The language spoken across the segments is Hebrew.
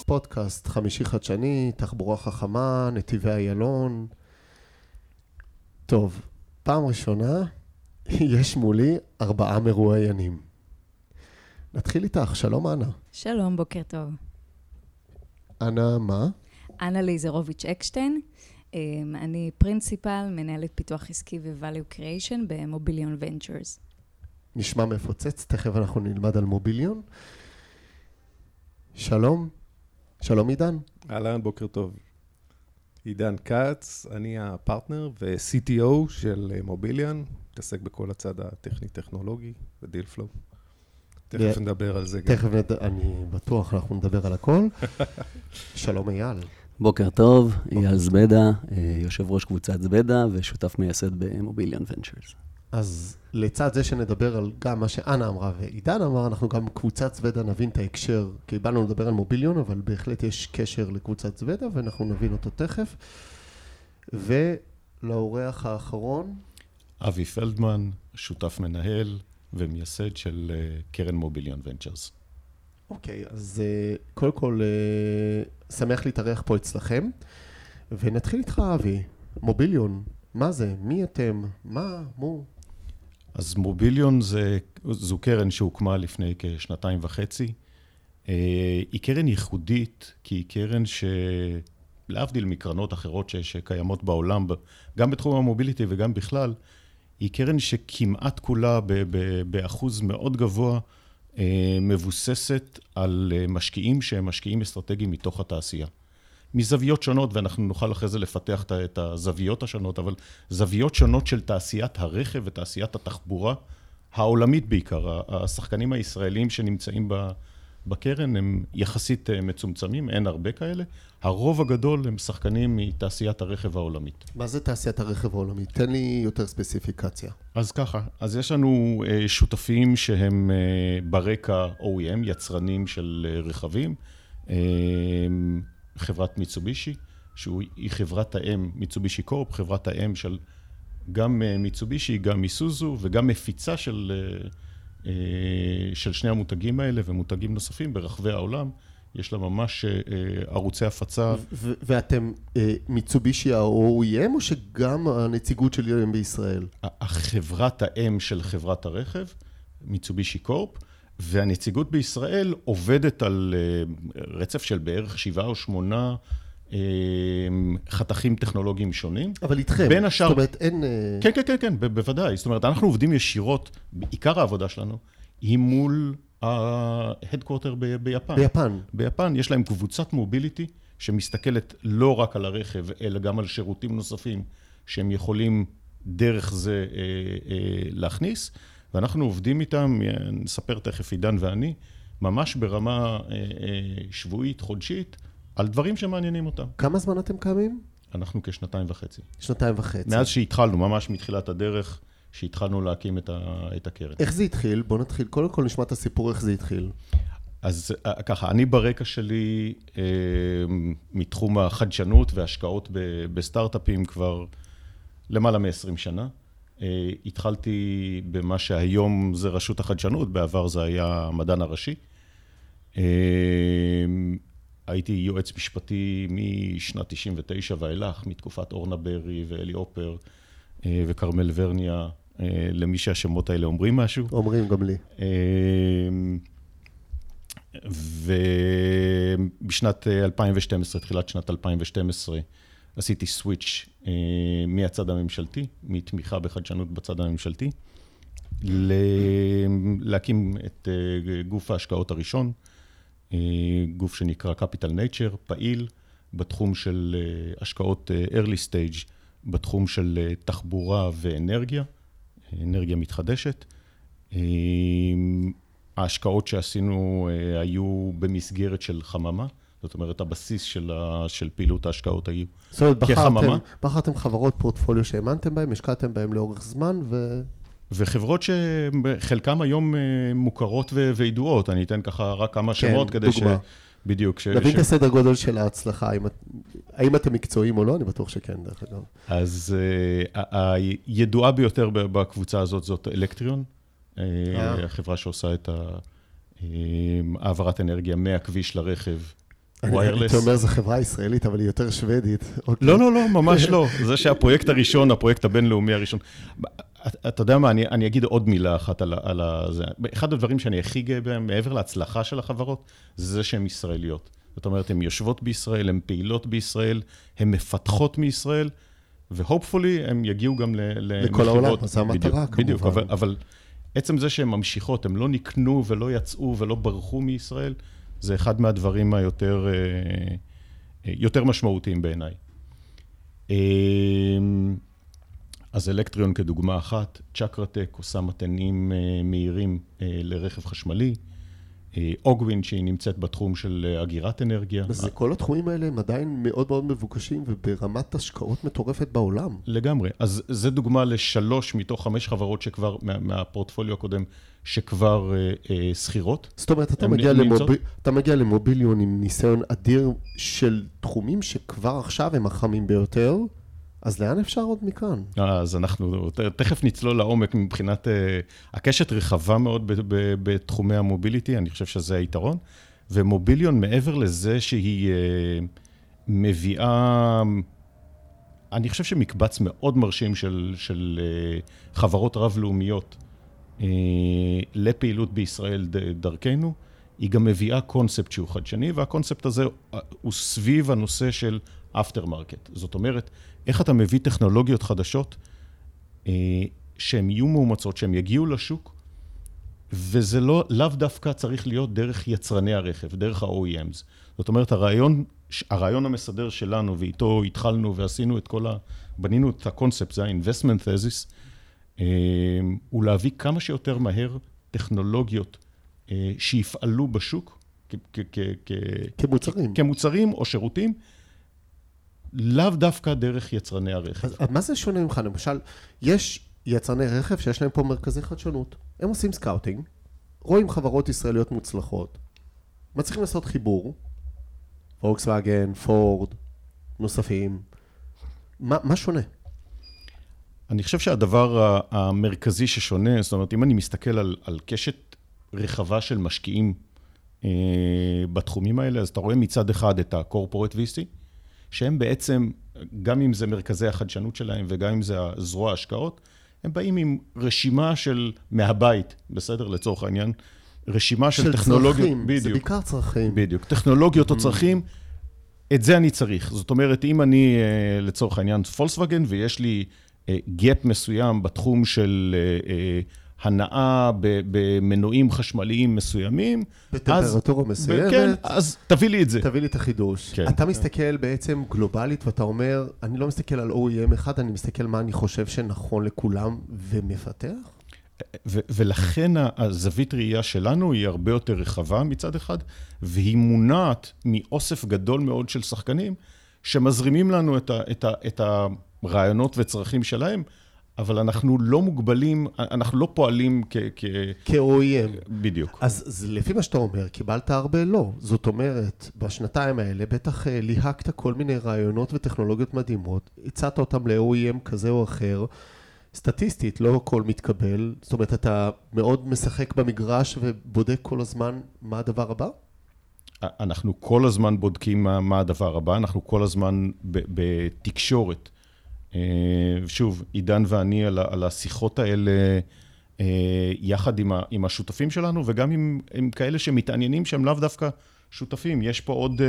פודקאסט חמישי חדשני, תחבורה חכמה, נתיבי איילון. טוב, פעם ראשונה יש מולי 4 מרואיינים. נתחיל איתך, שלום אנה. שלום, בוקר טוב. אנה מה? אנה ליזרוביץ' אקשטיין. אני פרינסיפל, מנהלת פיתוח עסקי ו-Value Creation במוביליון ונצ'רס. נשמע מפוצץ, תכף אנחנו נלמד על מוביליון. שלום, שלום עידן. אהלן, בוקר טוב. עידן קץ, אני הפרטנר ו-CTO של מוביליון, מתעסק בכל הצד הטכני-טכנולוגי ודיל פלו. תכף נדבר על זה. אני בטוח, אנחנו נדבר על הכל. שלום אייל. בוקר טוב, אייל זבדה, יושב ראש קבוצת זבדה ושותף מייסד במוביליון ונצ'רס. אז לצד זה שנדבר על גם מה שאנה אמרה ועידן אמר, אנחנו גם קבוצת זבדה נבין את ההקשר, כי באנו לדבר על מוביליון, אבל בהחלט יש קשר לקבוצת זבדה, ואנחנו נבין אותו תכף. ולאורח האחרון, אבי פלדמן, שותף מנהל ומייסד של קרן מוביליון ונצ'רס. אוקיי, אז קודם כל, שמח להתארח פה אצלכם, ונתחיל איתך אבי, מוביליון, מה זה? מי אתם? מה? מו? אז מוביליון זו קרן שהוקמה לפני כשנתיים וחצי. היא קרן ייחודית, כי היא קרן שלהבדיל מקרנות אחרות שקיימות בעולם, גם בתחום המוביליטי וגם בכלל, היא קרן שכמעט כולה באחוז מאוד גבוה מבוססת על משקיעים שהם משקיעים אסטרטגיים מתוך התעשייה. מזוויות שונות, ואנחנו נוכל אחרי זה לפתח את הזוויות השונות, אבל זוויות שונות של תעשיית הרכב ותעשיית התחבורה העולמית בעיקר. השחקנים הישראלים שנמצאים בקרן הם יחסית מצומצמים, אין הרבה כאלה. הרוב הגדול הם שחקנים מתעשיית הרכב העולמית. מה זה תעשיית הרכב העולמית? תן לי יותר ספציפיקציה. אז ככה, אז יש לנו שותפים שהם ברקע OEM, יצרנים של רכבים, חברת מיצובישי, שהיא חברת האם, מיצובישי קורפ, חברת האם של גם מיצובישי, גם איסוזו, וגם מפיצה של שני המותגים האלה ומותגים נוספים ברחבי העולם. יש לה ממש ערוצי הפצה. ואתם מיצובישי ה-OEM או שגם הנציגות של OEM בישראל? החברת האם של חברת הרכב, מיצובישי קורפ, והנציגות בישראל עובדת על רצף של בערך 7 או 8 חתכים טכנולוגיים שונים. אבל איתכם, בין השאר, זאת אומרת אין... כן, כן, כן, כן, בוודאי. זאת אומרת, אנחנו עובדים ישירות, בעיקר העבודה שלנו, היא מול ההדקוורטר ביפן. ביפן. ביפן יש להם קבוצת מוביליטי שמסתכלת לא רק על הרכב, אלא גם על שירותים נוספים שהם יכולים דרך זה להכניס. ואנחנו עובדים איתם, נספר תכף עידן ואני, ממש ברמה שבועית, חודשית, על דברים שמעניינים אותם. כמה זמן אתם קיימים? אנחנו כשנתיים וחצי. שנתיים וחצי. מאז שהתחלנו, ממש מתחילת הדרך, שהתחלנו להקים את הקרן. איך זה התחיל? בוא נתחיל. קודם כל נשמע את הסיפור איך זה התחיל. אז ככה, אני ברקע שלי מתחום החדשנות והשקעות בסטארט-אפים כבר למעלה מ-20 שנה. התחלתי במה שהיום זה רשות החדשנות, בעבר זה היה המדען הראשי. הייתי יועץ משפטי משנת 99 ואילך, מתקופת אורנה ברי ואלי אופר וקרמל ורניה, למי שהשמות האלה אומרים משהו. אומרים גם לי. ובשנת 2012, תחילת שנת 2012, עשיתי סוויץ' מהצד הממשלתי, מתמיכה בחדשנות בצד הממשלתי, להקים את גוף ההשקעות הראשון, גוף שנקרא Capital Nature, פעיל בתחום של השקעות early stage, בתחום של תחבורה ואנרגיה, אנרגיה מתחדשת. ההשקעות שעשינו היו במסגרת של חממה, זאת אומרת, הבסיס של פעילות ההשקעות היו כחממה. בחרתם חברות פורטפוליו שהאמנתם בהם, השקעתם בהם לאורך זמן וחברות שחלקם היום מוכרות וידועות. אני אתן ככה רק כמה שמות כדי ש... בדיוק. נבין את הסדר גודל של ההצלחה, האם אתם מקצועיים או לא? אני בטוח שכן, דרך אגב. אז הידועה ביותר בקבוצה הזאת זאת אלקטריון, החברה שעושה את העברת אנרגיה מהכביש לרכב וויירלס. אתה אומר, זו חברה ישראלית, אבל היא יותר שוודית. לא, ממש לא. זה שהפרויקט הראשון, הפרויקט הבינלאומי הראשון. אתה יודע מה, אני אגיד עוד מילה אחת על זה. אחד הדברים שאני הכי גאה בהם, מעבר להצלחה של החברות, זה שהן ישראליות. זאת אומרת, הן יושבות בישראל, הן פעילות בישראל, הן מפתחות מישראל, והופפולי הן יגיעו גם לכל העולם, אז המטרה כמובן. בדיוק, אבל עצם זה שהן ממשיכות, הן לא נקנו ולא יצאו ולא ברחו מישראל, זה אחד מהדברים יותר משמעותיים בעיניי. אז אלקטריון כדוגמה אחת, צ'קרטק עושה מתנים מהירים לרכב חשמלי, אוגווין שהיא נמצאת בתחום של אגירת אנרגיה. אז כל התחומים האלה הם עדיין מאוד מאוד מבוקשים וברמת השקעות מטורפת בעולם. לגמרי. אז זה דוגמה ל3 מתוך 5 חברות שכבר, מהפורטפוליו הקודם, שכבר סחירות. זאת אומרת, אתה מגיע למוביליון עם ניסיון אדיר של תחומים שכבר עכשיו הם החמים ביותר, אז לאן אפשר עוד מכאן? אז אנחנו תכף נצלול לעומק מבחינת, הקשת רחבה מאוד בתחומי המוביליטי, אני חושב שזה היתרון, ומוביליון מעבר לזה שהיא מביאה, אני חושב שמקבץ מאוד מרשים של חברות רב-לאומיות לפעילות בישראל דרכנו, היא גם מביאה קונספט שהוא חדשני, והקונספט הזה הוא סביב הנושא של אפטר מרקט. זאת אומרת, איך אתה מביא טכנולוגיות חדשות שהן יהיו מאומצות, שהן יגיעו לשוק, וזה לאו דווקא צריך להיות דרך יצרני הרכב, דרך ה-OEMs. זאת אומרת, הרעיון המסדר שלנו, ואיתו התחלנו ועשינו בנינו את הקונספט, זה ה-investment thesis, הוא להביא כמה שיותר מהר טכנולוגיות שיפעלו בשוק, כמוצרים או שירותים, לאו דווקא דרך יצרני הרכב. אז מה זה שונה ממך? למשל, יש יצרני רכב שיש להם פה מרכזי חדשנות. הם עושים סקאוטינג, רואים חברות ישראליות מוצלחות, מצליחים לעשות חיבור, פולקסווגן, פורד, נוספים. מה שונה? אני חושב שהדבר המרכזי ששונה, זאת אומרת, אם אני מסתכל על קשת רחבה של משקיעים בתחומים האלה, אז אתה רואה מצד אחד את ה-corporate VC, שהם בעצם, גם אם זה מרכזי החדשנות שלהם וגם אם זה זרוע ההשקעות, הם באים עם רשימה של מהבית, בסדר, לצורך העניין, רשימה של טכנולוגיות. צרכים, בדיוק. זה בעיקר צרכים. בדיוק, טכנולוגיות או צרכים, את זה אני צריך. זאת אומרת, אם אני לצורך העניין פולקסווגן ויש לי גאפ מסוים בתחום של הנאה במנועים חשמליים מסוימים, בטמפרטורה מסוימת. כן, אז תביא לי את זה. תביא לי את החידוש. כן. אתה מסתכל בעצם גלובלית ואתה אומר, אני לא מסתכל על OEM אחד, אני מסתכל מה אני חושב שנכון לכולם ומפתח? ולכן הזווית ראייה שלנו היא הרבה יותר רחבה מצד אחד, והיא מונעת מאוסף גדול מאוד של שחקנים, שמזרימים לנו את הרעיונות וצרכים שלהם, אבל אנחנו לא מוגבלים, אנחנו לא פועלים כ-OEM. בדיוק. אז לפי מה שאתה אומר, קיבלת הרבה לא. זאת אומרת, בשנתיים האלה, בטח ליהקת כל מיני רעיונות וטכנולוגיות מדהימות, הצעת אותם ל-OEM כזה או אחר, סטטיסטית, לא הכל מתקבל. זאת אומרת, אתה מאוד משחק במגרש ובודק כל הזמן מה הדבר הבא? אנחנו כל הזמן בודקים מה הדבר הבא, אנחנו כל הזמן בתקשורת. שוב, עידן ואני על השיחות האלה יחד עם השותפים שלנו, וגם עם כאלה שמתעניינים שהם לאו דווקא שותפים. יש פה עוד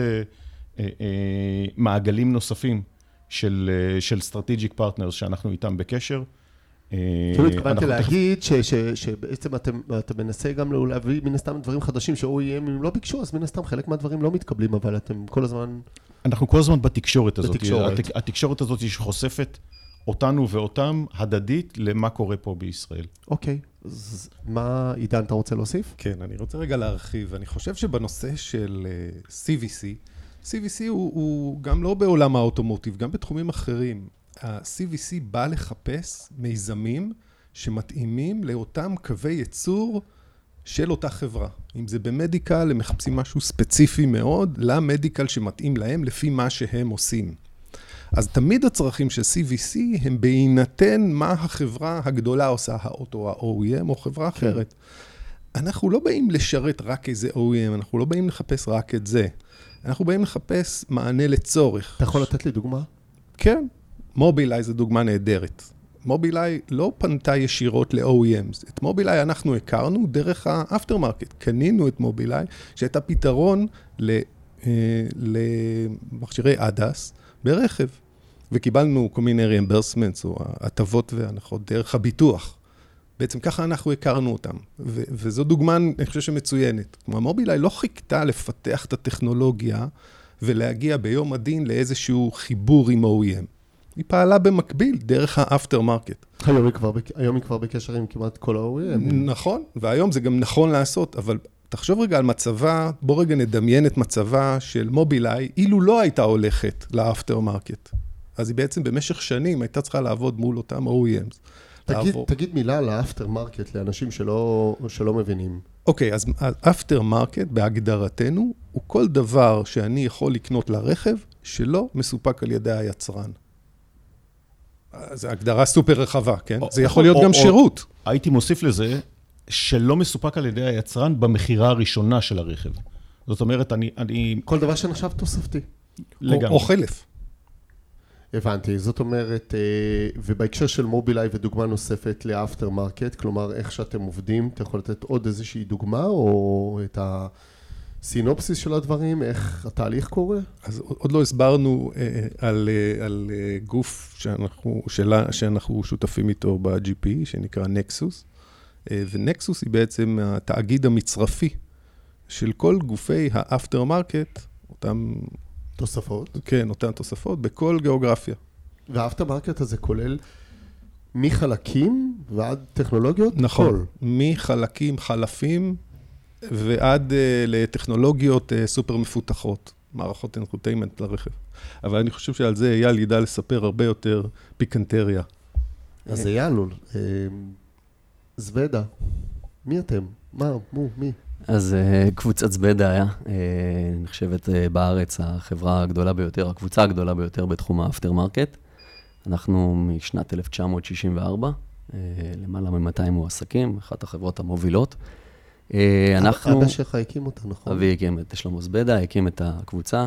מעגלים נוספים של strategic partners שאנחנו איתם בקשר. כאילו התכוונתי להגיד שבעצם אתה מנסה גם להביא מן הסתם דברים חדשים ש-OEM אם לא ביקשו, אז מן הסתם חלק מהדברים לא מתקבלים, אבל אתם כל הזמן... אנחנו כל הזמן בתקשורת הזאת. התקשורת הזאת שחושפת אותנו ואותם הדדית למה קורה פה בישראל. אוקיי, אז מה עידן אתה רוצה להוסיף? כן, אני רוצה רגע להרחיב. אני חושב שבנושא של CVC הוא גם לא בעולם האוטומוטיב, גם בתחומים אחרים. ה-CVC בא לחפש מיזמים שמתאימים לאותם קווי ייצור של אותה חברה. אם זה במדיקל, הם מחפשים משהו ספציפי מאוד למדיקל שמתאים להם לפי מה שהם עושים. אז תמיד הצרכים של CVC הם בהינתן מה החברה הגדולה עושה, האוטו, ה-OEM או חברה אחרת. אנחנו לא באים לשרת רק איזה OEM, אנחנו לא באים לחפש רק את זה. אנחנו באים לחפש מענה לצורך. אתה יכול לתת לי דוגמה? כן, מובילאיי זה דוגמה נהדרת. מובילאי לא פנתה ישירות ל-OEMs. את מובילאי אנחנו הכרנו דרך האפטר מרקט. קנינו את מובילאי, שהייתה פתרון למכשירי ADAS ברכב. וקיבלנו כל מיני reimbursements או הטבות והנחות דרך הביטוח. בעצם ככה אנחנו הכרנו אותם. וזו דוגמה, אני חושב שמצוינת. כלומר, מובילאי לא חיכתה לפתח את הטכנולוגיה ולהגיע ביום הדין לאיזשהו חיבור עם OEM. היא פעלה במקביל דרך האפטר מרקט. היום היא כבר בקשר עם כמעט כל ה-OEM. נכון, והיום זה גם נכון לעשות, אבל תחשוב רגע על מצבה, בוא רגע נדמיין את מצבה של מובילאי, אילו לא הייתה הולכת לאפטר מרקט. אז היא בעצם במשך שנים הייתה צריכה לעבוד מול אותם OEMs. תגיד מילה על האפטר מרקט לאנשים שלא מבינים. אוקיי, אז האפטר מרקט בהגדרתנו הוא כל דבר שאני יכול לקנות לרכב שלא מסופק על ידי היצרן. זו הגדרה סופר רחבה, כן? זה יכול להיות גם שירות. הייתי מוסיף לזה שלא מסופק על ידי היצרן במחירה הראשונה של הרכב. זאת אומרת, אני... כל דבר שנחשב תוספתי. או חלף. הבנתי, זאת אומרת, ובהקשר של מובילאי ודוגמה נוספת לאפטר מרקט, כלומר, איך שאתם עובדים, אתה יכול לתת עוד איזושהי דוגמה, או את הסינופסיס של הדברים, איך התהליך קורה? אז עוד לא הסברנו על גוף שאנחנו שותפים איתו ב-GP, שנקרא נקסוס, ונקסוס היא בעצם התאגיד המצרפי של כל גופי האפטר מרקט, אותם... תוספות? כן, אותן תוספות, בכל גיאוגרפיה. והאפטר מרקט הזה כולל מחלקים ועד טכנולוגיות? נכון, מחלקים, חלפים, ועד לטכנולוגיות סופר מפותחות, מערכות אינפוטיימנט לרכב. אבל אני חושב שעל זה אייל ידע לספר הרבה יותר פיקנטריה. אז אייל, זבדה, מי אתם? מי? אז קבוצת זבדה היה, נחשבת בארץ החברה הגדולה ביותר, הקבוצה הגדולה ביותר בתחום האפטר מרקט. אנחנו משנת 1964, למעלה מ-200 מועסקים, אחת החברות המובילות. אבא שלך הקים אותה, נכון? אבי הקים את שלמה זבדה, הקים את הקבוצה.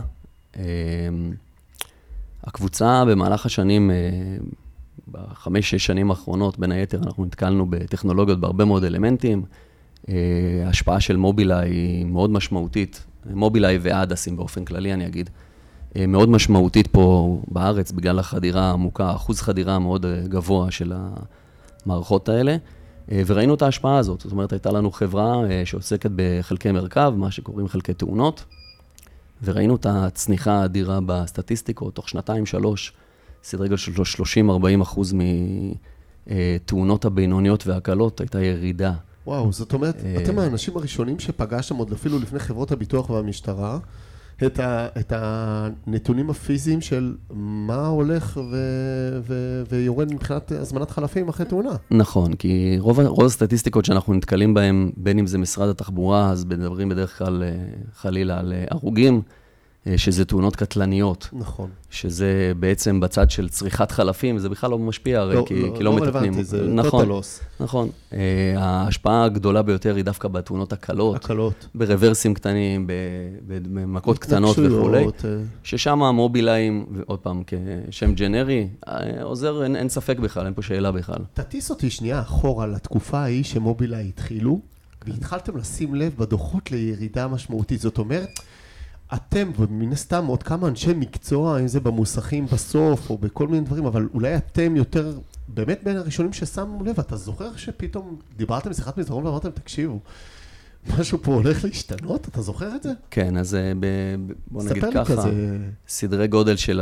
הקבוצה במהלך השנים, ב5-6 שנים האחרונות, בין היתר, אנחנו נתקלנו בטכנולוגיות בהרבה מאוד אלמנטים. ההשפעה של מובילאי היא מאוד משמעותית, מובילאי ואדסים באופן כללי אני אגיד, מאוד משמעותית פה בארץ בגלל החדירה העמוקה, אחוז חדירה מאוד גבוה של המערכות האלה, וראינו את ההשפעה הזאת, זאת אומרת הייתה לנו חברה שעוסקת בחלקי מרכב, מה שקוראים חלקי תאונות, וראינו את הצניחה האדירה בסטטיסטיקות, תוך 2-3, סדרי גודל של 30-40% מתאונות הבינוניות והקלות, הייתה ירידה. וואו, זאת אומרת, אתם האנשים הראשונים שפגשתם עוד אפילו לפני חברות הביטוח והמשטרה, את הנתונים הפיזיים של מה הולך ויורד מבחינת הזמנת חלפים אחרי תאונה. נכון, כי רוב הסטטיסטיקות שאנחנו נתקלים בהן, בין אם זה משרד התחבורה, אז מדברים בדרך כלל חלילה על הרוגים, שזה תאונות קטלניות. נכון. שזה בעצם בצד של צריכת חלפים, זה בכלל לא משפיע, הרי כי לא מתקנים. רלוונטי, זה נכון, טוטלוס. נכון. ההשפעה הגדולה ביותר היא דווקא בתאונות הקלות. הקלות. ברוורסים קטנים, במכות קטנות וכולי. ששם המובילאים, ועוד פעם כשם ג'נרי, עוזר, אין ספק בכלל, אין פה שאלה בכלל. תטיס אותי שנייה אחורה לתקופה ההיא שמובילאי התחילו, והתחלתם לשים לב בדוחות לירידה משמעותית. זאת אומרת, אתם, ומן הסתם עוד כמה אנשי מקצוע, אם זה במוסכים בסוף או בכל מיני דברים, אבל אולי אתם יותר, באמת בין הראשונים ששמו לב, אתה זוכר שפתאום דיברתם בשיחת מסדרון ואמרתם, תקשיבו, משהו פה הולך להשתנות? אתה זוכר את זה? כן, אז בוא נגיד ככה, סדרי גודל של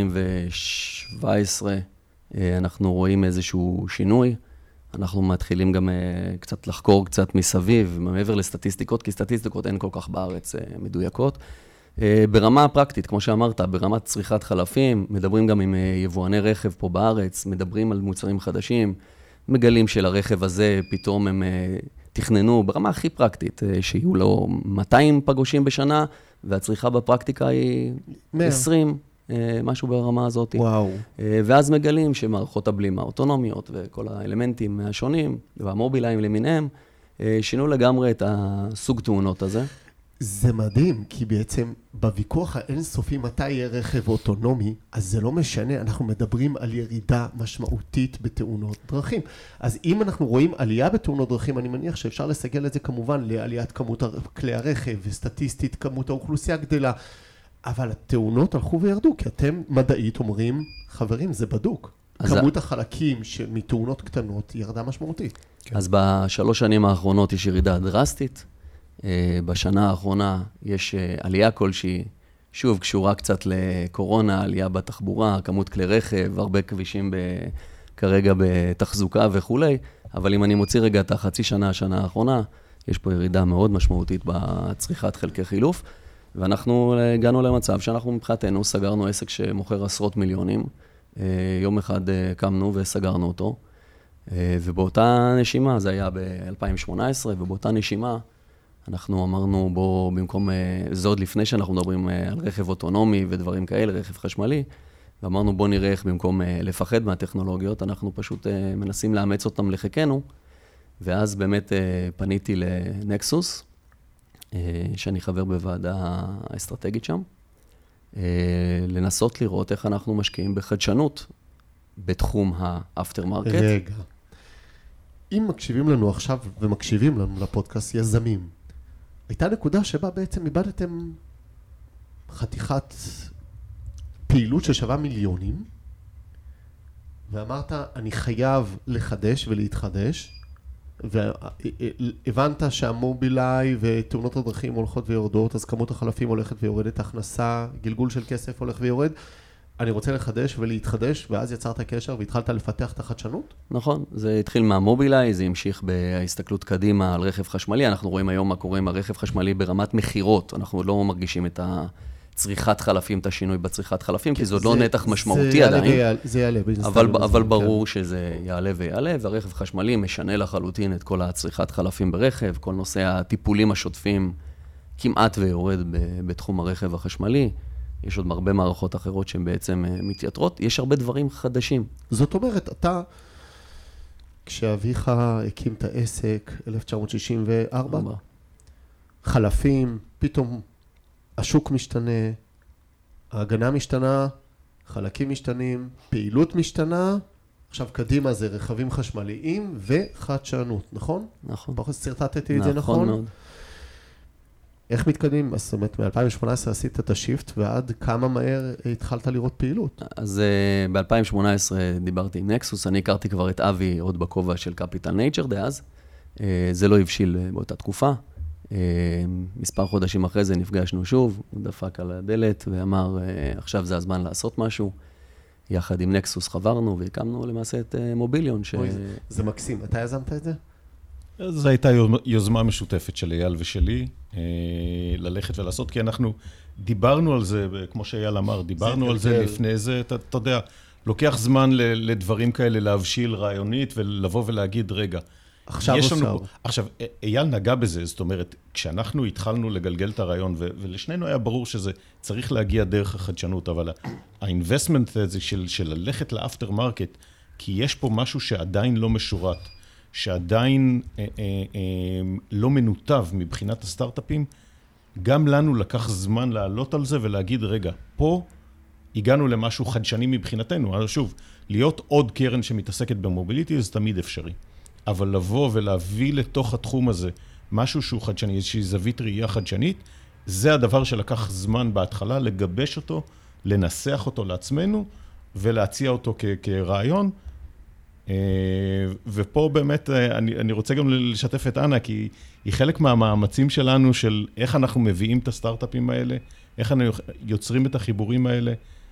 2017, אנחנו רואים איזשהו שינוי, אנחנו מתחילים גם קצת לחקור קצת מסביב, מעבר לסטטיסטיקות, כי סטטיסטיקות אין כל כך בארץ מדויקות. ברמה הפרקטית, כמו שאמרת, ברמת צריכת חלפים, מדברים גם עם יבואני רכב פה בארץ, מדברים על מוצרים חדשים, מגלים של הרכב הזה, פתאום הם תכננו ברמה הכי פרקטית, שיהיו לו 200 פגושים בשנה, והצריכה בפרקטיקה היא 20, משהו ברמה הזאת. וואו. ואז מגלים שמערכות הבלימה האוטונומיות וכל האלמנטים השונים, והמובילאים למיניהם, שינו לגמרי את הסוג תאונות הזה. זה מדהים, כי בעצם בוויכוח האינסופי מתי יהיה רכב אוטונומי, אז זה לא משנה, אנחנו מדברים על ירידה משמעותית בתאונות דרכים. אז אם אנחנו רואים עלייה בתאונות דרכים, אני מניח שאפשר לסגל את זה כמובן לעליית כמות כלי הרכב, וסטטיסטית כמות האוכלוסייה גדלה, אבל התאונות הלכו וירדו, כי אתם מדעית אומרים, חברים, זה בדוק. כמות החלקים מתאונות קטנות ירדה משמעותית. אז בשלוש שנים האחרונות יש ירידה דרסטית, בשנה האחרונה יש עלייה כלשהי, שוב, קשורה קצת לקורונה, עלייה בתחבורה, כמות כלי רכב, הרבה כבישים כרגע בתחזוקה וכו'. אבל אם אני מוציא רגע את החצי שנה, השנה האחרונה, יש פה ירידה מאוד משמעותית בצריכת חלקי חילוף, ואנחנו הגענו למצב שאנחנו מבחינתנו סגרנו עסק שמוכר עשרות מיליונים, יום אחד קמנו וסגרנו אותו, ובאותה נשימה, זה היה ב-2018, ובאותה נשימה, אנחנו אמרנו בוא במקום, זה עוד לפני שאנחנו מדברים על רכב אוטונומי ודברים כאלה, רכב חשמלי, ואמרנו בוא נראה איך במקום לפחד מהטכנולוגיות, אנחנו פשוט מנסים לאמץ אותם לחיקנו, ואז באמת פניתי לנקסוס, שאני חבר בוועדה האסטרטגית שם, לנסות לראות איך אנחנו משקיעים בחדשנות בתחום האפטר מרקט. רגע, אם מקשיבים לנו עכשיו ומקשיבים לנו לפודקאסט יזמים, הייתה נקודה שבה בעצם איבדתם חתיכת פעילות ששווה מיליונים, ואמרת, אני חייב לחדש ולהתחדש, והבנת שהמובילאי ותאונות הדרכים הולכות ויורדות, אז כמות החלפים הולכת ויורדת, הכנסה, גלגול של כסף הולך ויורד, אני רוצה לחדש ולהתחדש, ואז יצרת קשר והתחלת לפתח את החדשנות? נכון, זה התחיל מהמובילאי, זה המשיך בהסתכלות קדימה על רכב חשמלי, אנחנו רואים היום מה קורה עם הרכב חשמלי ברמת מחירות, אנחנו לא מרגישים את צריכת חלפים, את השינוי בצריכת חלפים, כי זה עוד לא נתח משמעותי עדיין. זה יעלה. אבל ברור שזה יעלה ויעלה, והרכב חשמלי משנה לחלוטין את כל הצריכת חלפים ברכב, כל נושא הטיפולים השוטפים כמעט ויורד בתחום הרכב החשמלי. יש עוד הרבה מערכות אחרות שהן בעצם מתייתרות. יש הרבה דברים חדשים. זאת אומרת, אתה, כשאביך הקים את העסק, 1964, חלפים, פתאום השוק משתנה, ההגנה משתנה, חלקים משתנים, פעילות משתנה, עכשיו קדימה זה רכבים חשמליים וחדשנות, נכון? נכון. פחות סרטטתי את זה נכון? נכון מאוד. איך מתקדמים? זאת אומרת, מ-2018 עשית את השיפט, ועד כמה מהר התחלת לראות פעילות? אז ב-2018 דיברתי עם נקסוס, אני הכרתי כבר את אבי עוד בכובע של קפיטל נייצ'ר דאז, זה לא הבשיל באותה תקופה, מספר חודשים אחרי זה נפגשנו שוב, הוא דפק על הדלת ואמר, עכשיו זה הזמן לעשות משהו, יחד עם נקסוס חברנו והקמנו למעשה את מוביליון. זה מקסים, אתה יזמת את זה? זו הייתה יוזמה משותפת של אייל ושלי, ללכת ולעשות, כי אנחנו דיברנו על זה, כמו שאייל אמר, דיברנו על זה לפני זה, אתה יודע, לוקח זמן לדברים כאלה להבשיל רעיונית, ולבוא ולהגיד, רגע, עכשיו, אייל נגע בזה, זאת אומרת, כשאנחנו התחלנו לגלגל את הרעיון, ולשנינו היה ברור שזה צריך להגיע דרך החדשנות, אבל האינבסטמנט הזה של ללכת לאפטר מרקט, כי יש פה משהו שעדיין לא משורת, שעדיין לא מנותב מבחינת הסטארט-אפים, גם לנו לקח זמן לעלות על זה ולהגיד, רגע, פה הגענו למשהו חדשני מבחינתנו. אז שוב, להיות עוד קרן שמתעסקת במוביליטי זה תמיד אפשרי. אבל לבוא ולהביא לתוך התחום הזה משהו שהוא חדשני, איזושהי זווית ראייה חדשנית, זה הדבר שלקח זמן בהתחלה, לגבש אותו, לנסח אותו לעצמנו ולהציע אותו כרעיון. ופה באמת אני רוצה גם לשתף את אנה, כי היא חלק מהמאמצים שלנו של איך אנחנו מביאים את הסטארט-אפים האלה, איך אנחנו יוצרים את החיבורים האלה,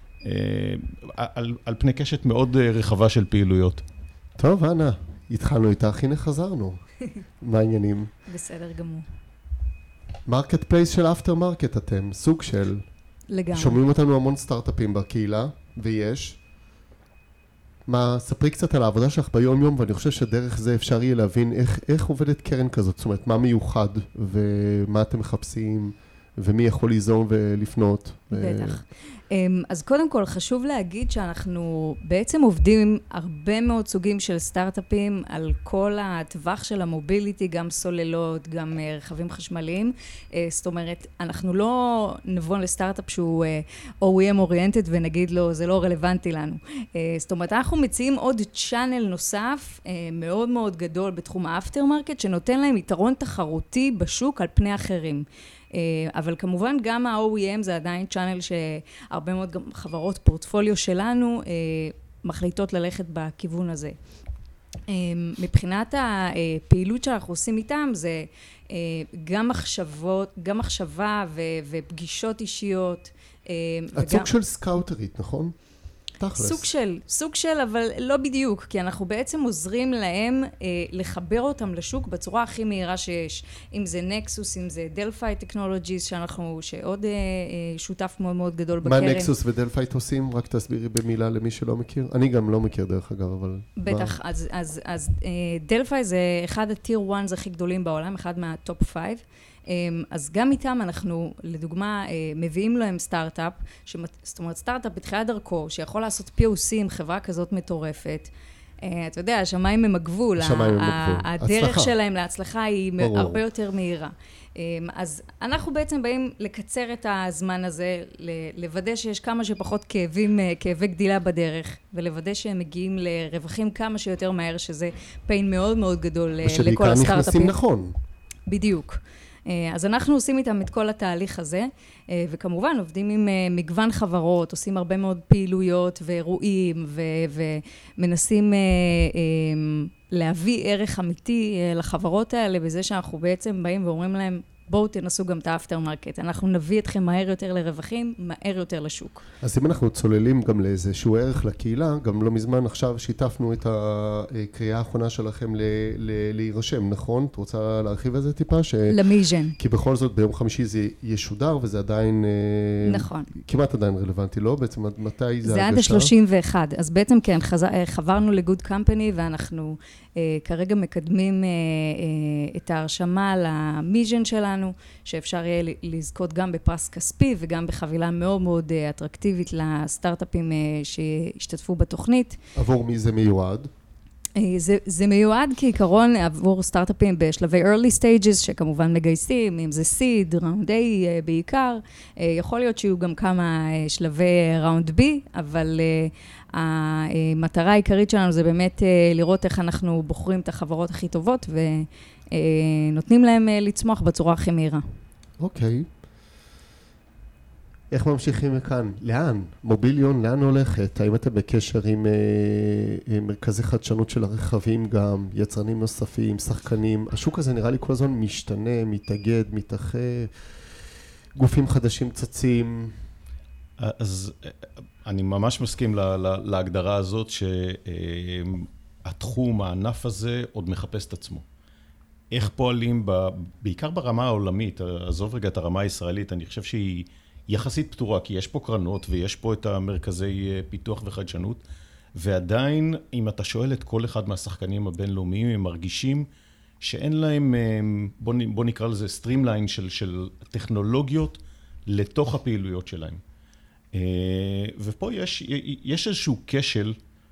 על פני קשת מאוד רחבה של פעילויות. טוב, אנה, התחלנו איתך, הנה חזרנו. מה העניינים? בסדר גמור. מרקט פלייס של אפטר מרקט אתם, סוג של... לגמרי. שומעים אותנו המון סטארט-אפים בקהילה, ויש... מה, ספרי קצת על העבודה שלך ביום יום, ואני חושב שדרך זה אפשר יהיה להבין איך עובדת קרן כזאת, זאת אומרת, מה מיוחד ומה אתם מחפשים, ומי יכול ליזום ולפנות. בטח. אז קודם כל חשוב להגיד שאנחנו בעצם עובדים עם הרבה מאוד סוגים של סטארט-אפים על כל הטווח של המוביליטי, גם סוללות, גם רכבים חשמליים. זאת אומרת, אנחנו לא נבוא לסטארט-אפ שהוא OEM אוריינטד ונגיד לו, זה לא רלוונטי לנו. זאת אומרת, אנחנו מציעים עוד צ'אנל נוסף מאוד מאוד גדול בתחום האפטר מרקט, שנותן להם יתרון תחרותי בשוק על פני אחרים. אבל כמובן גם ה-OEM זה עדיין צ'אנל שהרבה מאוד גם חברות פורטפוליו שלנו מחליטות ללכת בכיוון הזה. מבחינת הפעילות שאנחנו עושים איתם זה גם מחשבה ופגישות אישיות. את סוג של סקאוטרית, נכון? סוג של, אבל לא בדיוק, כי אנחנו בעצם עוזרים להם לחבר אותם לשוק בצורה הכי מהירה שיש. אם זה נקסוס, אם זה דלפאי טכנולוגיז, שעוד שותף מאוד מאוד גדול בקרן. מה נקסוס ודלפאי עושים? רק תסבירי במילה למי שלא מכיר. אני גם לא מכיר דרך אגב, אבל... בטח, אז דלפאי זה אחד הטיר 1 הכי גדולים בעולם, אחד מהטופ 5. אז גם איתם אנחנו, לדוגמה, מביאים להם סטארט-אפ, זאת אומרת, סטארט-אפ בתחילת דרכו, שיכול לעשות POC עם חברה כזאת מטורפת. אתה יודע, השמיים הם הגבול. הדרך שלהם להצלחה היא הרבה יותר מהירה. אז אנחנו בעצם באים לקצר את הזמן הזה, לוודא שיש כמה שפחות כאבי גדילה בדרך, ולוודא שהם מגיעים לרווחים כמה שיותר מהר, שזה פיין מאוד מאוד גדול לכל הסטארט-אפים. ושבעיקר נכנסים נכון. בדידוק. אז אנחנו עושים איתם את כל התהליך הזה, וכמובן עובדים עם מגוון חברות, עושים הרבה מאוד פעילויות ואירועים, ומנסים להביא ערך אמיתי לחברות האלה, בזה שאנחנו בעצם באים ואומרים להם, בואו תנסו גם את האפטר מרקט, אנחנו נביא אתכם מהר יותר לרווחים, מהר יותר לשוק. אז אם אנחנו צוללים גם לאיזשהו ערך לקהילה, גם לא מזמן עכשיו שיתפנו את הקריאה האחרונה שלכם להירשם, נכון? את רוצה להרחיב על זה טיפה? למיז'ן. כי בכל זאת ביום חמישי זה ישודר וזה עדיין... נכון. כמעט עדיין רלוונטי, לא? בעצם מתי זה עד ה-31. אז בעצם כן, חברנו לגוד קמפני ואנחנו כרגע מקדמים את ההרשמה למיז'ן שלנו, שאפשר יהיה לזכות גם בפרס כספי וגם בחבילה מאוד מאוד אטרקטיבית לסטארט-אפים שהשתתפו בתוכנית. עבור מי זה מיועד? זה מיועד כעיקרון עבור סטארט-אפים בשלבי early stages, שכמובן מגייסים, אם זה seed, round A בעיקר, יכול להיות שיהיו גם כמה שלבי round B, אבל המטרה העיקרית שלנו זה באמת לראות איך אנחנו בוחרים את החברות הכי טובות, ונותנים להם לצמוח בצורה הכי מהירה. אוקיי. איך ממשיכים מכאן? לאן? מוביליון, לאן הולכת? האם אתם בקשר עם מרכזי חדשנות של הרכבים גם, יצרנים נוספים, שחקנים? השוק הזה נראה לי כל הזמן משתנה, מתאגד, מתאחה, גופים חדשים צצים. אז אני ממש מסכים להגדרה הזאת שהתחום, הענף הזה עוד מחפש את עצמו. איך פועלים, בעיקר ברמה העולמית, עזוב רגע את הרמה הישראלית, אני חושב שהיא יחסית פתורה, כי יש פה קרנות ויש פה את המרכזי פיתוח וחדשנות, ועדיין, אם אתה שואל את כל אחד מהשחקנים הבינלאומיים, הם מרגישים שאין להם, בוא נקרא לזה סטרימליין של טכנולוגיות לתוך הפעילויות שלהם. ופה יש איזשהו כשל,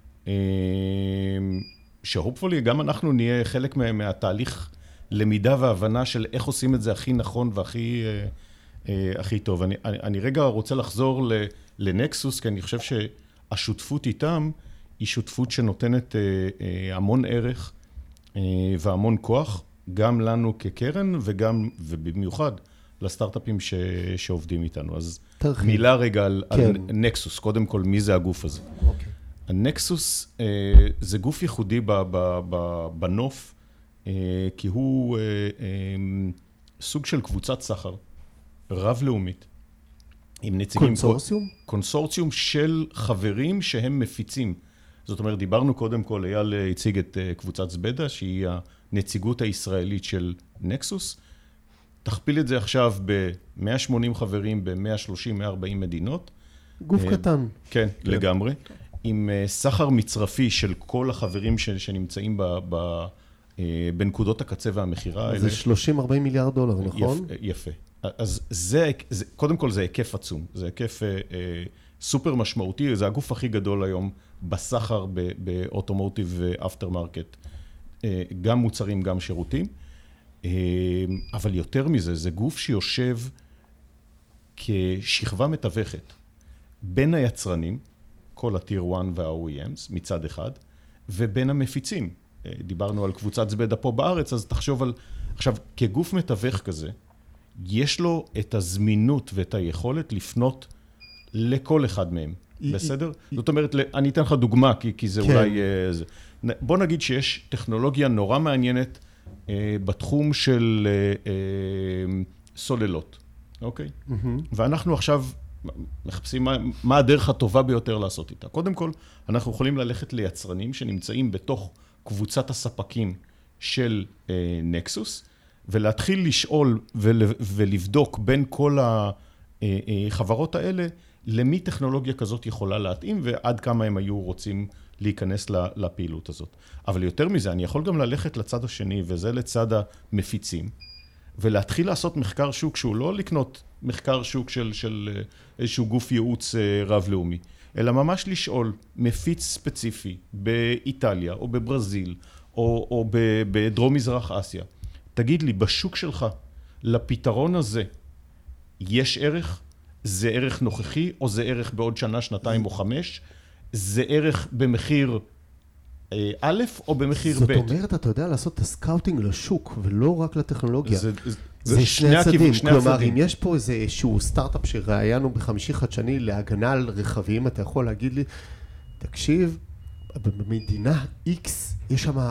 שהופפולי גם אנחנו נהיה חלק מהתהליך למידה והבנה של איך עושים את זה הכי נכון והכי טוב. אני רגע רוצה לחזור לנקסוס, כי אני חושב שהשותפות איתם היא שותפות שנותנת המון ערך והמון כוח, גם לנו כקרן ובמיוחד לסטארט-אפים שעובדים איתנו. אז מילה רגע על נקסוס, קודם כל מי זה הגוף הזה. הנקסוס זה גוף ייחודי בנוף, כי הוא סוג של קבוצת סחר רב-לאומית. עם נציגים... קונסורציום? קונסורציום של חברים שהם מפיצים. זאת אומרת, דיברנו קודם כל, אייל הציג את קבוצת זבדה, שהיא הנציגות הישראלית של נקסוס. תכפיל את זה עכשיו ב-180 חברים ב-130-140 מדינות. גוף קטן. כן, לגמרי. עם סחר מצרפי של כל החברים שנמצאים בנקודות הקצה והמחירה האלה. זה $30-40 מיליארד, נכון? יפה. אז קודם כל זה היקף עצום, זה היקף סופר משמעותי, זה הגוף הכי גדול היום בסחר באוטומוטיב ואפטר מרקט, גם מוצרים, גם שירותים, אבל יותר מזה, זה גוף שיושב כשכבה מתווכת בין היצרנים, כל הטיר 1 וה-OEMs מצד אחד, ובין המפיצים. דיברנו על קבוצת זבדה פה בארץ, אז תחשוב על, עכשיו, כגוף מתווך כזה, יש לו את הזמינות ואת היכולת לפנות לכל אחד מהם, בסדר? זאת אומרת, אני אתן לך דוגמה, כי זה אולי... בוא נגיד שיש טכנולוגיה נורא מעניינת בתחום של סוללות, אוקיי? ואנחנו עכשיו מחפשים מה הדרך הטובה ביותר לעשות איתה. קודם כל, אנחנו יכולים ללכת ליצרנים שנמצאים בתוך קבוצת הספקים של נקסוס, ולהתחיל לשאול ולבדוק בין כל החברות האלה, למי טכנולוגיה כזאת יכולה להתאים, ועד כמה הם היו רוצים להיכנס לפעילות הזאת. אבל יותר מזה, אני יכול גם ללכת לצד השני, וזה לצד המפיצים, ולהתחיל לעשות מחקר שוק, שהוא לא לקנות מחקר שוק של איזשהו גוף ייעוץ רב-לאומי, אלא ממש לשאול מפיץ ספציפי באיטליה, או בברזיל, או בדרום מזרח אסיה. תגיד לי, בשוק שלך, לפתרון הזה, יש ערך? זה ערך נוכחי, או זה ערך בעוד שנה, שנתיים או 5? זה ערך במחיר א' או במחיר ב'? זאת אומרת, אתה יודע לעשות את הסקאוטינג לשוק, ולא רק לטכנולוגיה. זה שני הצדדים. כלומר, אם יש פה איזשהו סטארט-אפ שראיינו בחמישי חדשני להגנה על רכבים, אתה יכול להגיד לי, תקשיב, במדינה X יש שם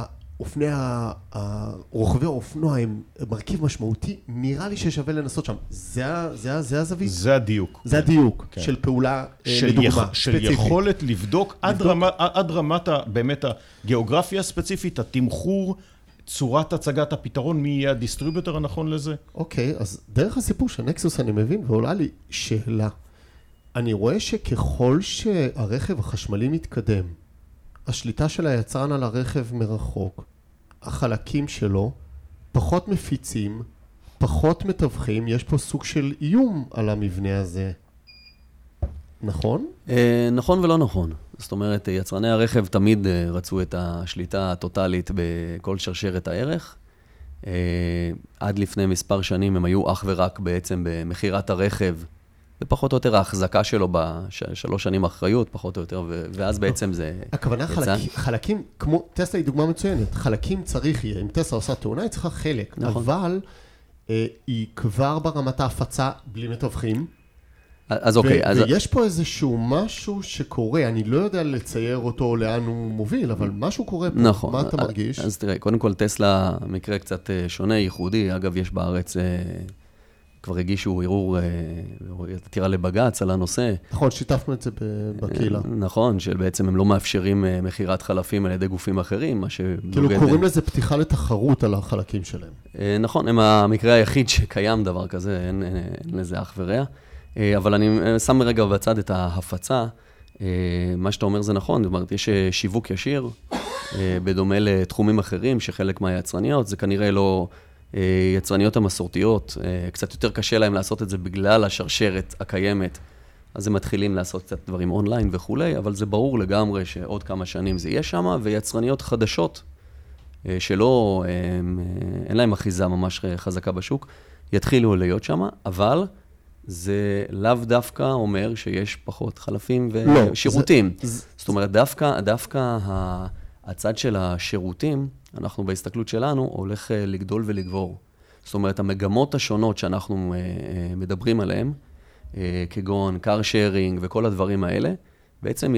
רוכבי האופנוע הם מרכיב משמעותי, נראה לי ששווה לנסות שם. זה הזווית? זה הדיוק. זה הדיוק של פעולה, לדוגמה, של יכולת לבדוק עד רמת באמת הגיאוגרפיה הספציפית, התמחור, צורת הצגת הפתרון, מי יהיה הדיסטריביוטר הנכון לזה? אוקיי, אז דרך הסיפור של נקסוס אני מבין, ועולה לי שאלה. אני רואה שככל שהרכב החשמלי מתקדם, השליטה של היצרן על הרכב מרחוק, החלקים שלו, פחות מפיצים, פחות מתווכים, יש פה סוג של איום על המבנה הזה. נכון? נכון ולא נכון. זאת אומרת, יצרני הרכב תמיד רצו את השליטה הטוטלית בכל שרשרת הערך. עד לפני מספר שנים הם היו אך ורק בעצם במחירת הרכב, ופחות או יותר ההחזקה שלו בשלוש שנים אחריות, פחות או יותר, ואז בעצם זה... הכוונה חלקים, כמו טסלה היא דוגמה מצוינת, חלקים צריך יהיה, אם טסלה עושה תאונה, היא צריכה חלק, אבל היא כבר ברמת ההפצה בלי מתווכים. אז אוקיי, אז... ויש פה איזשהו משהו שקורה, אני לא יודע לצייר אותו לאן הוא מוביל, אבל משהו קורה פה, נכון. מה אתה מרגיש? אז תראה, קודם כל טסלה מקרה קצת שונה, ייחודי, אגב יש בארץ... כבר הגישו ערעור, עתירה לבג"ץ על הנושא. נכון, שיתפנו את זה בקהילה. נכון, שבעצם הם לא מאפשרים מחירת חלפים על ידי גופים אחרים, מה כאילו קוראים לזה פתיחה לתחרות על החלקים שלהם. נכון, הם המקרה היחיד שקיים דבר כזה, אין לזה אח ורע. אבל אני שם רגע בצד את ההפצה. מה שאתה אומר זה נכון, זאת אומרת, יש שיווק ישיר, בדומה לתחומים אחרים, שחלק מהיצרניות, זה כנראה לא... יצרניות המסורתיות, קצת יותר קשה להם לעשות את זה בגלל השרשרת הקיימת, אז הם מתחילים לעשות קצת דברים אונליין וכולי, אבל זה ברור לגמרי שעוד כמה שנים זה יהיה שם, ויצרניות חדשות, שלא, אין להם אחיזה ממש חזקה בשוק, יתחילו להיות שם, אבל זה לאו דווקא אומר שיש פחות חלפים ושירותים. זאת אומרת, דווקא הצד של השירותים, אנחנו בהסתכלות שלנו, הולך לגדול ולגבור. זאת אומרת, המגמות השונות שאנחנו מדברים עליהן, כגון car sharing וכל הדברים האלה, בעצם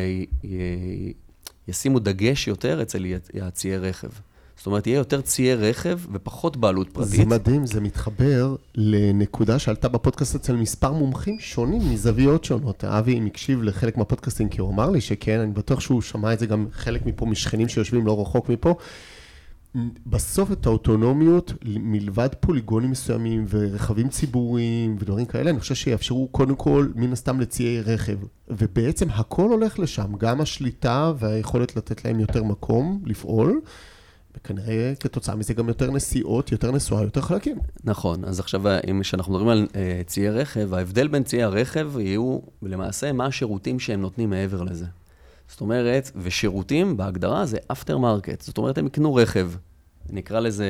ישימו דגש יותר אצל יציעי רכב. זאת אומרת, יהיה יותר ציי רכב ופחות בעלות פרטית. זה מדהים, זה מתחבר לנקודה שעלתה בפודקאסט אצל מספר מומחים שונים מזוויות שונות. אבי מקשיב לחלק מהפודקאסטים, כי הוא אמר לי שכן, אני בטוח שהוא שמע את זה גם חלק מפה משכנים שיושבים לא רחוק מפה. בסוף את האוטונומיות, מלבד פוליגונים מסוימים ורכבים ציבוריים ודברים כאלה, אני חושב שיאפשרו קודם כל מן הסתם לציי רכב. ובעצם הכל הולך לשם, גם השליטה והיכולת לתת להם יותר מקום לפעול, וכנראה כתוצאה מזה גם יותר נסיעות, יותר נסועה, יותר חלקים. נכון, אז עכשיו, כשאנחנו מדברים על ציי רכב, ההבדל בין ציי הרכב יהיו למעשה מה השירותים שהם נותנים מעבר לזה. זאת אומרת, ושירותים בהגדרה זה after market, זאת אומרת, הם יקנו רכב, נקרא לזה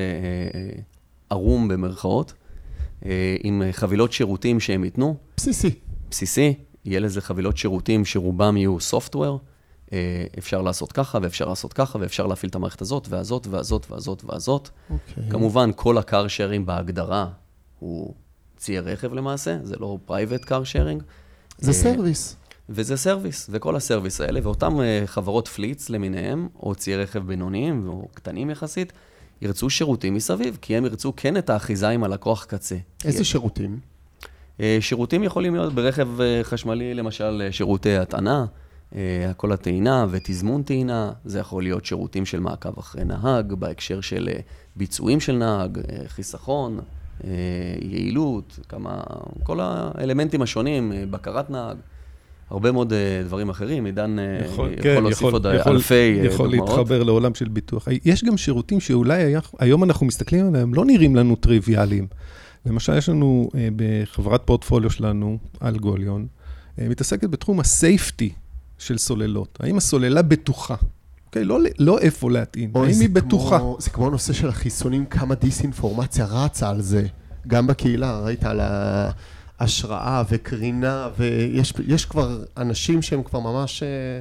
ערום במרכאות, עם חבילות שירותים שהם ייתנו. בסיסי, יהיה לזה חבילות שירותים שרובם יהיו software, אפשר לעשות ככה ואפשר לעשות ככה, ואפשר להפעיל את המערכת הזאת והזאת והזאת והזאת והזאת. כמובן, כל הקאר שיירינג בהגדרה הוא ציי רכב למעשה, זה לא private car sharing. זה סרוויס. וזה סרוויס, וכל הסרוויס האלה, ואותם חברות פליץ למיניהם, או ציי רכב בינוניים, או קטנים יחסית, ירצו שירותים מסביב, כי הם ירצו כן את האחיזה עם הלקוח קצה. איזה שירותים? שירותים יכולים להיות ברכב חשמלי, למשל שירותי הטענה, כל הטעינה ותזמון טעינה, זה יכול להיות שירותים של מעקב אחרי נהג, בהקשר של ביצועים של נהג, חיסכון, יעילות, כל האלמנטים השונים, בקרת נהג. הרבה מאוד דברים אחרים, עידן יכול להוסיף עוד אלפי דוגמאות. יכול להתחבר לעולם של ביטוח. יש גם שירותים שאולי היום אנחנו מסתכלים עליהם, לא נראים לנו טריוויאליים. למשל, יש לנו בחברת פורטפוליו שלנו, אלגוליון, מתעסקת בתחום הסייפטי של סוללות. האם הסוללה בטוחה? אוקיי, לא איפה להטעין, האם היא בטוחה? זה כמו הנושא של החיסונים, כמה דיסאינפורמציה רצה על זה. גם בקהילה, ראית על השראה וקרינה, ויש כבר אנשים שהם כבר ממש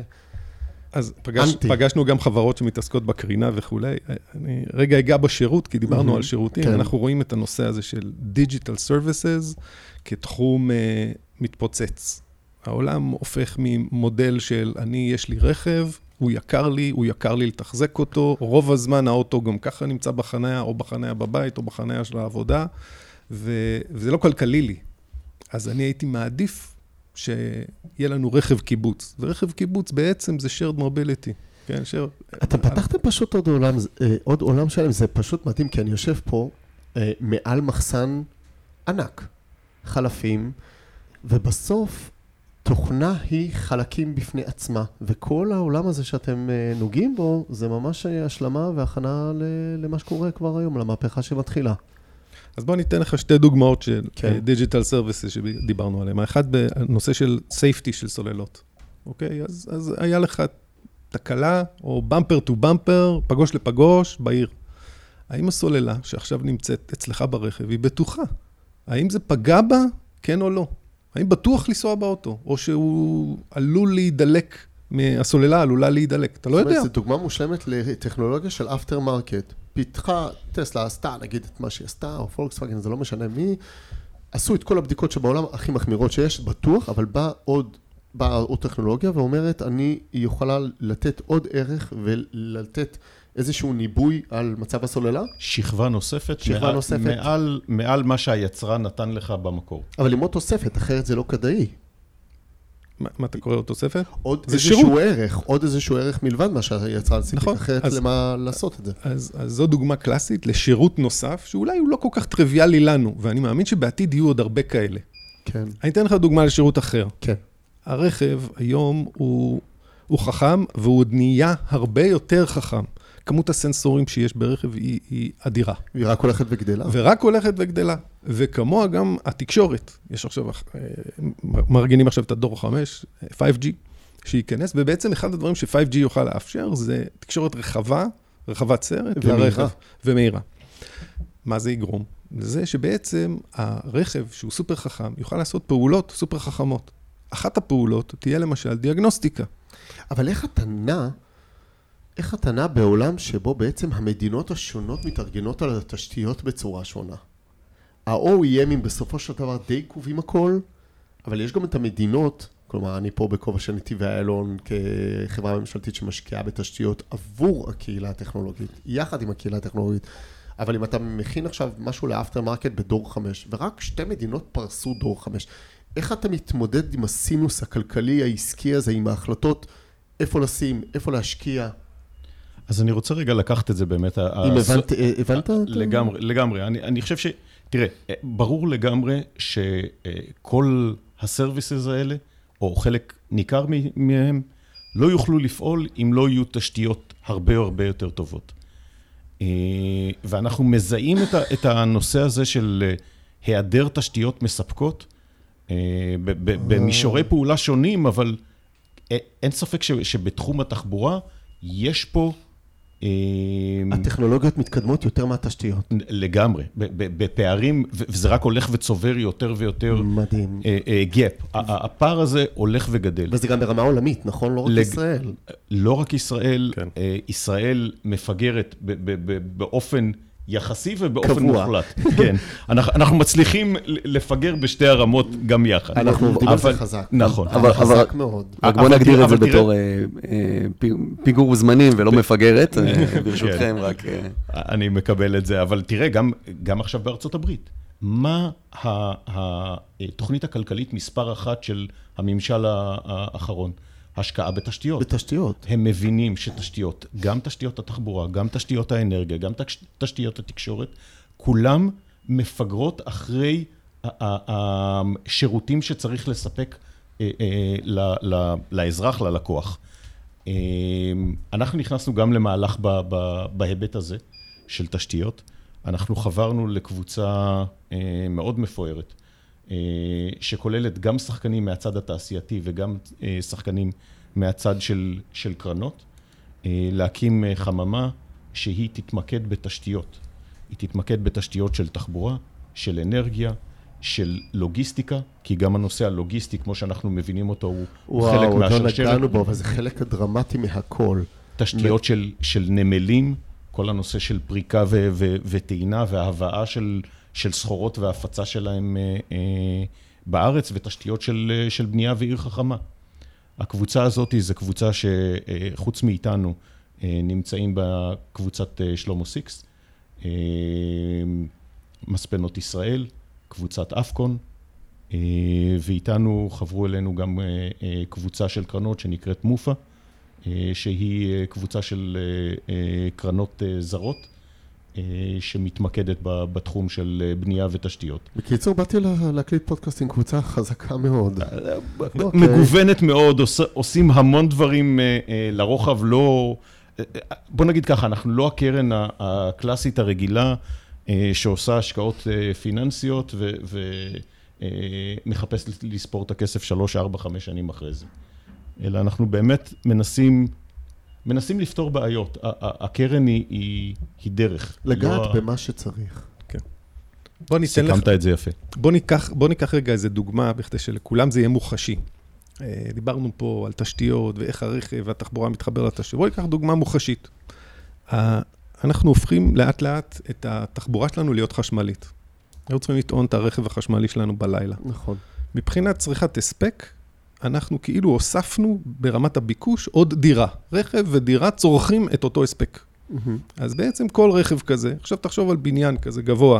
אז פגשנו גם חברות שמתעסקות בקרינה וכולי. אני רגע אגע בשירות, כי דיברנו על שירותים. אנחנו רואים את הנושא הזה של Digital Services כתחום מתפוצץ. העולם הופך ממודל של יש לי רכב, הוא יקר לי לתחזק אותו, רוב הזמן האוטו גם ככה נמצא בחניה, או בחניה בבית, או בחניה של העבודה, וזה לא כלכלי לי. אז אני הייתי מעדיף שיהיה לנו רכב קיבוץ. ורכב קיבוץ בעצם זה shared mobility. כן, אתם פתחתם פשוט עוד עולם שלם, זה פשוט מדהים, כי אני יושב פה מעל מחסן ענק, חלפים, ובסוף תוכנה היא חלקים בפני עצמה, וכל העולם הזה שאתם נוגעים בו, זה ממש השלמה והכנה למה שקורה כבר היום, למהפכה שמתחילה. אז בואו ניתן לך שתי דוגמאות של דיג'יטל סרוויסס שדיברנו עליהם. האחד בנושא של סייפטי של סוללות. אוקיי? אז היה לך תקלה או במפר טו במפר, פגוש לפגוש בעיר. האם הסוללה שעכשיו נמצאת אצלך ברכב היא בטוחה? האם זה פגע בה? כן או לא? האם בטוח לנסוע באוטו? או שהוא עלול להידלק, הסוללה עלולה להידלק? אתה לא יודע. זו דוגמה מושלמת לטכנולוגיה של אפטר מרקט. פיתחה, טסלה עשתה, נגיד את מה שהיא עשתה, או פולקסווגן, זה לא משנה מי, עשו את כל הבדיקות שבעולם הכי מחמירות שיש, בטוח, אבל באה עוד טכנולוגיה ואומרת, אני יכולה לתת עוד ערך ולתת איזשהו ניבוי על מצב הסוללה. שכבה נוספת. מעל מה שהיצרן נתן לך במקור. אבל עם עוד תוספת, אחרת זה לא כדאי. מה אתה קורא עוד תוספת? עוד איזשהו ערך מלבד מה שהיצרן סיפק, אחרת למה לעשות את זה. אז זו דוגמה קלאסית לשירות נוסף, שאולי הוא לא כל כך טריוויאלי לנו, ואני מאמין שבעתיד יהיו עוד הרבה כאלה. כן. אני אתן לך דוגמה לשירות אחר. כן. הרכב היום הוא חכם, והוא עוד נהיה הרבה יותר חכם. כמות הסנסורים שיש ברכב היא אדירה. היא רק הולכת וגדלה. וכמוה גם התקשורת. יש עכשיו, מארגנים עכשיו את הדור 5, 5G, שייכנס, ובעצם אחד הדברים ש-5G יוכל לאפשר, זה תקשורת רחבת סרט לרכב, ומהירה. מה זה יגרום? זה שבעצם הרכב, שהוא סופר חכם, יוכל לעשות פעולות סופר חכמות. אחת הפעולות תהיה למשל דיאגנוסטיקה. אבל איך אתה נע בעולם שבו בעצם המדינות השונות מתארגנות על התשתיות בצורה שונה? ה-OEMים בסופו של דבר די קובעים הכל, אבל יש גם את המדינות, כלומר אני פה בכובע של נתיבי איילון כחברה ממשלתית שמשקיעה בתשתיות עבור הקהילה הטכנולוגית, יחד עם הקהילה הטכנולוגית, אבל אם אתה מכין עכשיו משהו לאפטר מרקט בדור 5, ורק 2 מדינות פרסו דור 5, איך אתה מתמודד עם הסינוס הכלכלי העסקי הזה, עם ההחלטות, איפה לשים, איפה להשקיע? אז אני רוצה רגע לקחת את זה באמת. אם הבנת? לגמרי. אני חושב תראה, ברור לגמרי שכל הסרוויסס האלה, או חלק ניכר מהם, לא יוכלו לפעול אם לא יהיו תשתיות הרבה הרבה יותר טובות. ואנחנו מזהים את הנושא הזה של היעדר תשתיות מספקות, במישורי פעולה שונים, אבל אין ספק שבתחום התחבורה יש פה... הטכנולוגיות מתקדמות יותר מהתשתיות. לגמרי, בפערים, וזה רק הולך וצובר יותר ויותר... מדהים. גאפ. הפער הזה הולך וגדל. וזה גם ברמה עולמית, נכון? לא רק ישראל. לא רק ישראל, כן. ישראל מפגרת באופן יחסי ובאופן מוחלט. כן. אנחנו מצליחים לפגר בשתי הרמות גם יחד. אנחנו עובדים על זה חזק. נכון. חזק מאוד. רק בוא נגדיר את זה בתור פיגור זמנים ולא מפגרת, ברשותכם רק... אני מקבל את זה, אבל תראה, גם עכשיו בארצות הברית, מה התוכנית הכלכלית מספר אחת של הממשל האחרון? השקעה בתשתיות. בתשתיות. הם מבינים שתשתיות, גם תשתיות התחבורה, גם תשתיות האנרגיה, גם תשתיות התקשורת, כולם מפגרות אחרי השירותים שצריך לספק לאזרח, ללקוח. אנחנו נכנסנו גם למהלך בהיבט הזה של תשתיות. אנחנו חברנו לקבוצה מאוד מפוארת, שכוללת גם שחקנים מהצד התעשייתי וגם שחקנים מהצד של קרנות, להקים חממה שהיא תתמקד בתשתיות. היא תתמקד בתשתיות של תחבורה, של אנרגיה, של לוגיסטיקה, כי גם הנושא הלוגיסטי, כמו שאנחנו מבינים אותו, הוא חלק מהשרשרת. לא נגענו בו, אבל זה חלק הדרמטי מהכל. תשתיות של נמלים, כל הנושא של פריקה וטעינה וההבאה של סחורות וההפצה שלהם בארץ, ותשתיות של בנייה ועיר חכמה. הקבוצה הזאת זו קבוצה שחוץ מאיתנו נמצאים בקבוצת שלמה סיקס, מספנות ישראל, קבוצת אפקון, ואיתנו חברו אלינו גם קבוצה של קרנות שנקראת מופה, שהיא קבוצה של קרנות זרות, שמתמקדת בתחום של בנייה ותשתיות. בקיצור, באתי להקליט פודקאסט עם קבוצה חזקה מאוד. מגוונת מאוד, עושים המון דברים לרוחב, לא... בוא נגיד ככה, אנחנו לא הקרן הקלאסית הרגילה, שעושה השקעות פיננסיות ומחפש לספור את הכסף 3, 4, 5 שנים אחרי זה. אלא אנחנו באמת מנסים לפתור בעיות. הקרן היא דרך. לגעת במה שצריך. כן. סיכמת את זה יפה. בוא ניקח רגע איזה דוגמה, בכדי שלכולם זה יהיה מוחשי. דיברנו פה על תשתיות ואיך הרכב והתחבורה מתחבר לתשתיות. בוא ניקח דוגמה מוחשית. אנחנו הופכים לאט לאט את התחבורה שלנו להיות חשמלית. אנחנו צריכים לטעון את הרכב החשמלי שלנו בלילה. נכון. מבחינת צריכת הספק, אנחנו כאילו הוספנו ברמת הביקוש עוד דירה. רכב ודירה צורכים את אותו הספק. אז בעצם כל רכב כזה, עכשיו תחשוב על בניין כזה גבוה,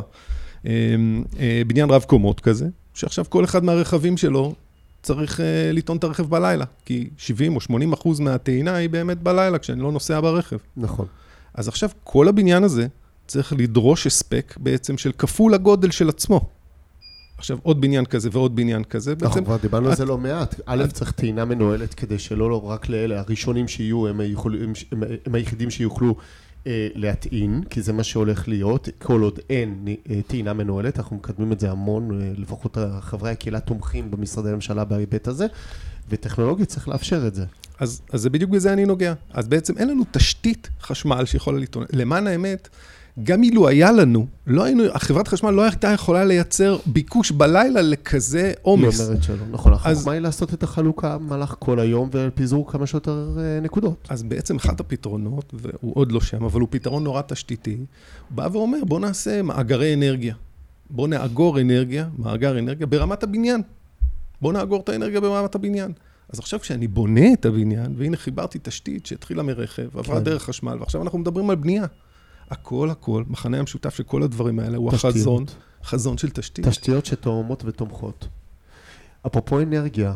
בניין רב קומות כזה, שעכשיו כל אחד מהרכבים שלו צריך לטעון את הרכב בלילה, כי 70 או 80% מהטעינה היא באמת בלילה, כשאני לא נוסע ברכב. נכון. אז עכשיו כל הבניין הזה צריך לדרוש הספק בעצם של כפול הגודל של עצמו. עכשיו עוד בניין כזה ועוד בניין כזה. אנחנו כבר דיברנו על זה לא מעט. א', צריך טעינה מנוהלת כדי שלא רק לאלה, הראשונים שיהיו, הם היחידים שיוכלו להטעין, כי זה מה שהולך להיות. כל עוד אין טעינה מנוהלת, אנחנו מקדמים את זה המון, לפחות חברי הקהילה תומכים במשרדי הממשלה בהיבט הזה, וטכנולוגית צריך לאפשר את זה. אז זה בדיוק בזה אני נוגע. אז בעצם אין לנו תשתית חשמל שיכולה לטעון. למען האמת, גם אילו היה לנו, החברת חשמל לא הייתה יכולה לייצר ביקוש בלילה לכזה עומס. היא אומרת שלא, נכון. החוכמה היא לעשות את החלוקה מלאך כל היום ופיזור כמה שיותר נקודות. אז בעצם אחד הפתרונות, והוא עוד לא שם, אבל הוא פתרון נורא תשתיתי, הוא בא ואומר, בוא נעשה מאגרי אנרגיה. בוא נאגור אנרגיה, מאגר אנרגיה ברמת הבניין. בוא נאגור את האנרגיה ברמת הבניין. אז עכשיו כשאני בונה את הבניין, והנה חיברתי תשתית שהתחילה מרכב, עברה דרך חשמל, ועכשיו אנחנו מדברים על בנייה. הכל, מחנה המשותף של כל הדברים האלה, הוא החזון של תשתית. תשתיות שתואמות ותומכות. אפרופו אנרגיה,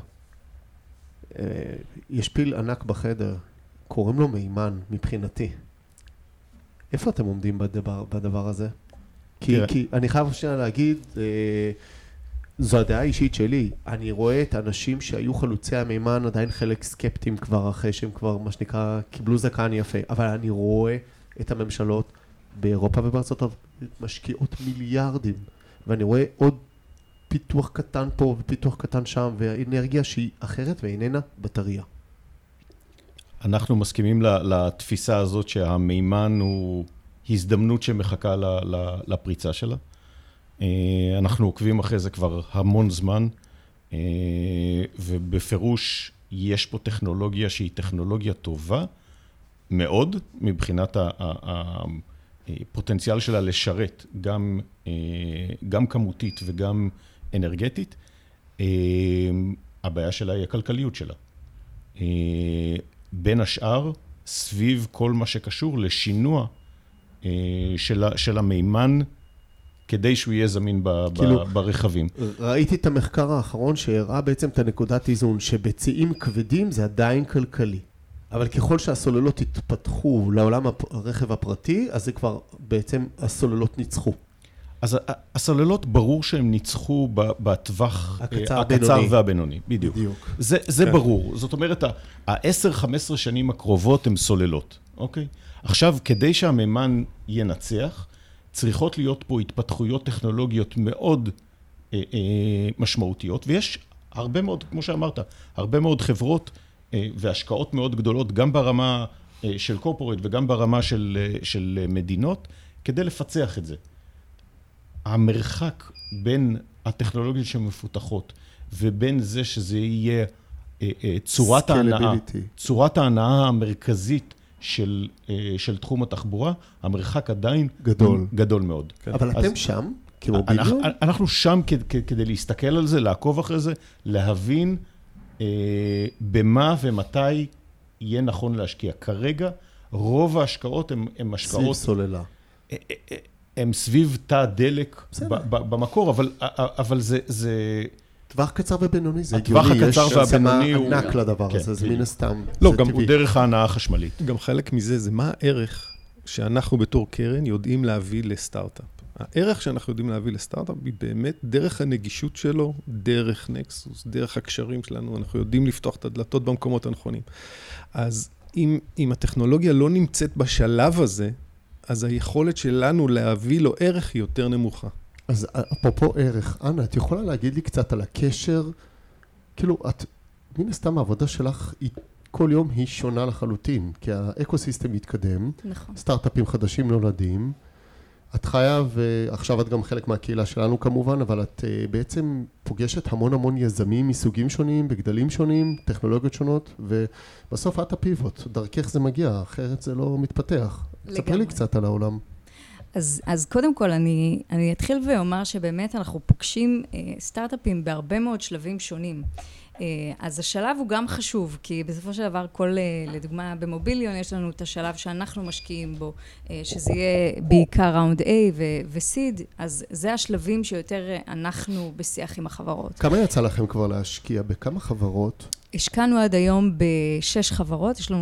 יש פיל ענק בחדר, קוראים לו מימן מבחינתי. איפה אתם עומדים בדבר הזה? כי אני חייב שנייה להגיד, זו הדעה האישית שלי. אני רואה את האנשים שהיו חלוצי המימן, עדיין חלק סקפטיים כבר אחרי שהם כבר, מה שנקרא, קיבלו זקן יפה. אבל אני רואה את הממשלות באירופה ובארצות הברית משקיעות מיליארדים, ואני רואה עוד פיתוח קטן פה ופיתוח קטן שם, ואנרגיה שהיא אחרת ואיננה בטריה. אנחנו מסכימים לתפיסה הזאת שהמימן הוא הזדמנות שמחכה לפריצה שלה. אנחנו עוקבים אחרי זה כבר המון זמן, ובפירוש יש פה טכנולוגיה שהיא טכנולוגיה טובה מאוד, מבחינת הפוטנציאל שלה לשרת, גם כמותית וגם אנרגטית. הבעיה שלה היא הכלכליות שלה. בין השאר, סביב כל מה שקשור לשינוע של המימן, כדי שהוא יהיה זמין ברכבים. ראיתי את המחקר האחרון שהראה בעצם את הנקודת איזון, שבציים כבדים זה עדיין כלכלי. אבל ככל שהסוללות התפתחו לעולם הרכב הפרטי, אז זה כבר בעצם הסוללות ניצחו. אז הסוללות ברור שהם ניצחו בטווח הקצר והבינוני, בדיוק. זה ברור. זאת אומרת, ה-10-15 שנים הקרובות הן סוללות, אוקיי? עכשיו, כדי שהמימן ינצח, צריכות להיות פה התפתחויות טכנולוגיות מאוד משמעותיות, ויש הרבה מאוד, כמו שאמרת, הרבה מאוד חברות והשקעות מאוד גדולות, גם ברמה של קורפורט וגם ברמה של מדינות, כדי לפצח את זה. המרחק בין הטכנולוגיות שמפותחות ובין זה שזה יהיה צורת ההנאה המרכזית של תחום התחבורה, המרחק עדיין גדול מאוד. אבל אתם שם, כמוביליון? אנחנו שם כדי להסתכל על זה, לעקוב אחרי זה, להבין במה ומתי יהיה נכון להשקיע. כרגע, רוב ההשקעות הן השקעות... סביב סוללה. הם סביב תא דלק במקור, אבל זה... טווח קצר ובינוני, זה הגיוני. הטווח הקצר והבינוני הוא... ענק לדבר הזה, זה מן הסתם. לא, גם הוא דרך ההנאה החשמלית. גם חלק מזה, זה מה הערך שאנחנו בתור קרן יודעים להביא לסטארט-אפ. הערך שאנחנו יודעים להביא לסטארט-אפ היא באמת דרך הנגישות שלו, דרך נקסוס, דרך הקשרים שלנו, אנחנו יודעים לפתוח את הדלתות במקומות הנכונים. אז אם הטכנולוגיה לא נמצאת בשלב הזה, אז היכולת שלנו להביא לו ערך היא יותר נמוכה. אז אפרופו ערך, אנה, את יכולה להגיד לי קצת על הקשר? כאילו, מן הסתם העבודה שלך כל יום היא שונה לחלוטין, כי האקוסיסטם מתקדם, נכון. סטארט-אפים חדשים נולדים, את חיה, ועכשיו את גם חלק מהקהילה שלנו כמובן, אבל את בעצם פוגשת המון יזמים מסוגים שונים, בגדלים שונים, טכנולוגיות שונות, ובסוף את הפיבוט, דרכך זה מגיע, אחרת זה לא מתפתח. ספרי לי קצת על העולם. אז קודם כל אני אתחיל ואומר שבאמת אנחנו פוגשים סטארט-אפים בהרבה מאוד שלבים שונים. אז השלב הוא גם חשוב, כי בסופו של דבר לדוגמה במוביליון יש לנו את השלב שאנחנו משקיעים בו, שזה יהיה בעיקר ראונד A וסיד, אז זה השלבים שיותר אנחנו בשיח עם החברות. כמה יצא לכם כבר להשקיע? בכמה חברות? השקענו עד היום ב6 חברות, יש לנו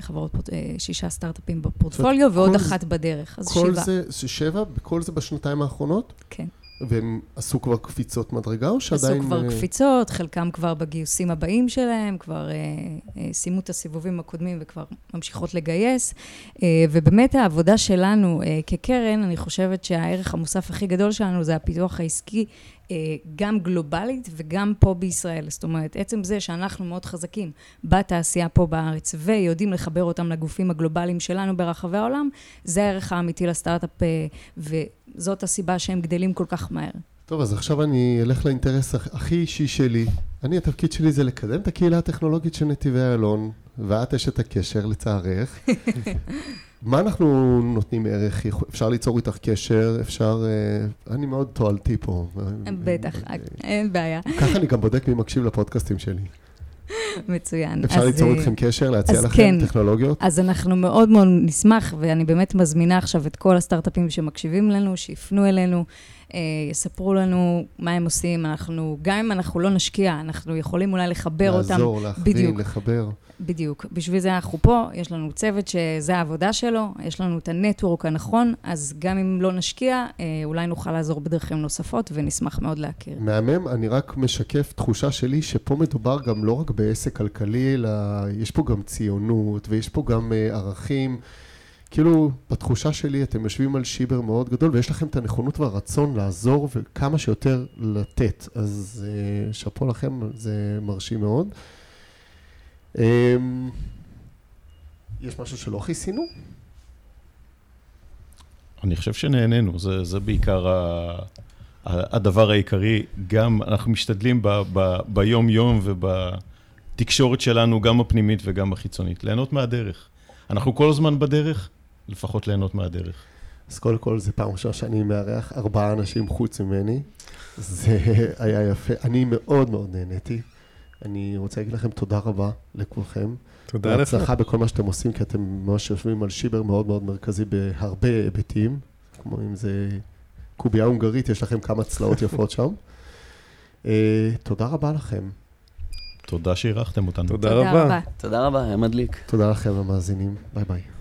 6 סטארט-אפים בפורטפוליו, ועוד אחת בדרך, אז 7. זה 7? בכל זה בשנתיים האחרונות? כן. והם עשו כבר קפיצות מדרגה או שעדיין... עשו כבר קפיצות, חלקם כבר בגיוסים הבאים שלהם, כבר סיימו את הסיבובים הקודמים וכבר ממשיכות לגייס. ובאמת העבודה שלנו כקרן, אני חושבת שהערך המוסף הכי גדול שלנו זה הפיתוח העסקי, גם גלובלית וגם פה בישראל. זאת אומרת, עצם זה שאנחנו מאוד חזקים בתעשייה פה בארץ ויודעים לחבר אותם לגופים הגלובליים שלנו ברחבי העולם, זה הערך האמיתי לסטארט-אפ וזאת הסיבה שהם גדלים כל כך מהר. טוב, אז עכשיו אני אלך לאינטרס הכי אישי שלי. התפקיד שלי זה לקדם את הקהילה הטכנולוגית של נתיבי איילון, ואת אשת הקשר לצערך. מה אנחנו נותנים ערך? אפשר ליצור איתך קשר, אפשר... אני מאוד תועלתי פה. בטח, אין בעיה. ככה אני גם בודק מי מקשיב לפודקאסטים שלי. מצוין. אפשר ליצור איתכם קשר, להציע לכם טכנולוגיות? אז אנחנו מאוד מאוד נשמח, ואני באמת מזמינה עכשיו את כל הסטארט-אפים שמקשיבים לנו, שיפנו אלינו, יספרו לנו מה הם עושים. גם אם אנחנו לא נשקיע, אנחנו יכולים אולי לחבר אותם. לעזור, להכווין, לחבר. בדיוק. בשביל זה אנחנו פה, יש לנו צוות שזה העבודה שלו, יש לנו את הנטוורק הנכון, אז גם אם לא נשקיע, אולי נוכל לעזור בדרכים נוספות, ונשמח מאוד להכיר. מהמם, אני רק משקף תחושה שלי שפה מדובר גם לא רק בעסק כלכלי, אלא יש פה גם ציונות, ויש פה גם ערכים. כאילו, בתחושה שלי אתם יושבים על שיבר מאוד גדול, ויש לכם את הנכונות והרצון לעזור וכמה שיותר לתת. אז שפו לכם, זה מרשים מאוד. יש משהו שלא כיסינו? אני חושב שנהנינו, זה בעיקר הדבר העיקרי. גם אנחנו משתדלים ביום-יום ובתקשורת שלנו, גם הפנימית וגם החיצונית, ליהנות מהדרך. אנחנו כל הזמן בדרך, לפחות ליהנות מהדרך. אז קודם כל, זה פעם ראשונה שאני מארח 4 אנשים חוץ ממני. זה היה יפה. אני מאוד מאוד נהניתי. אני רוצה להגיד לכם תודה רבה לכולכם. תודה לך. הצלחה בכל מה שאתם עושים, כי אתם ממש יושבים על שיבר מאוד מאוד מרכזי בהרבה היבטים. כמו אם זה קובייה הונגרית, יש לכם כמה צלעות יפות שם. תודה רבה לכם. תודה שאירחתם אותנו. תודה רבה. תודה רבה, היה מדליק. תודה לכם המאזינים. ביי ביי.